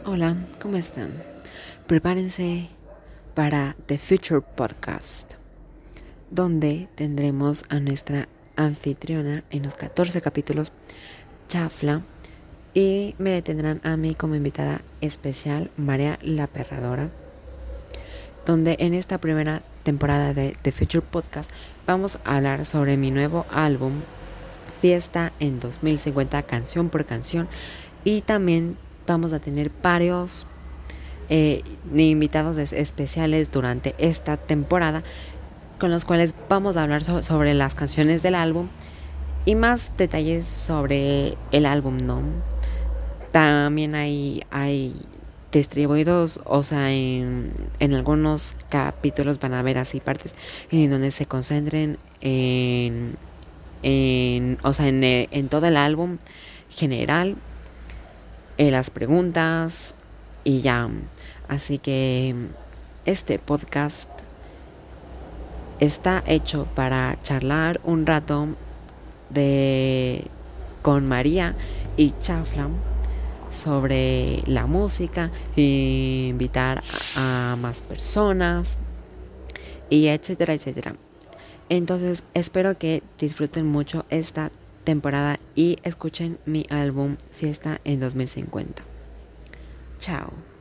Hola, ¿cómo están? Prepárense para The Future Podcast, donde tendremos a nuestra anfitriona en los 14 capítulos, Chafla, y me detendrán a mí como invitada especial, María la Perradora, donde en esta primera temporada de The Future Podcast vamos a hablar sobre mi nuevo álbum, Fiesta en 2050, canción por canción, y también vamos a tener varios invitados especiales durante esta temporada con los cuales vamos a hablar sobre las canciones del álbum y más detalles sobre el álbum, ¿no? También hay distribuidos, o sea, en algunos capítulos van a haber así partes en donde se concentren o sea, en todo el álbum general, las preguntas y ya. Así que este podcast está hecho para charlar un rato con María y Chafla sobre la música, e invitar a más personas y etcétera, etcétera. Entonces espero que disfruten mucho esta temporada y escuchen mi álbum Fiesta en 2050. Chao.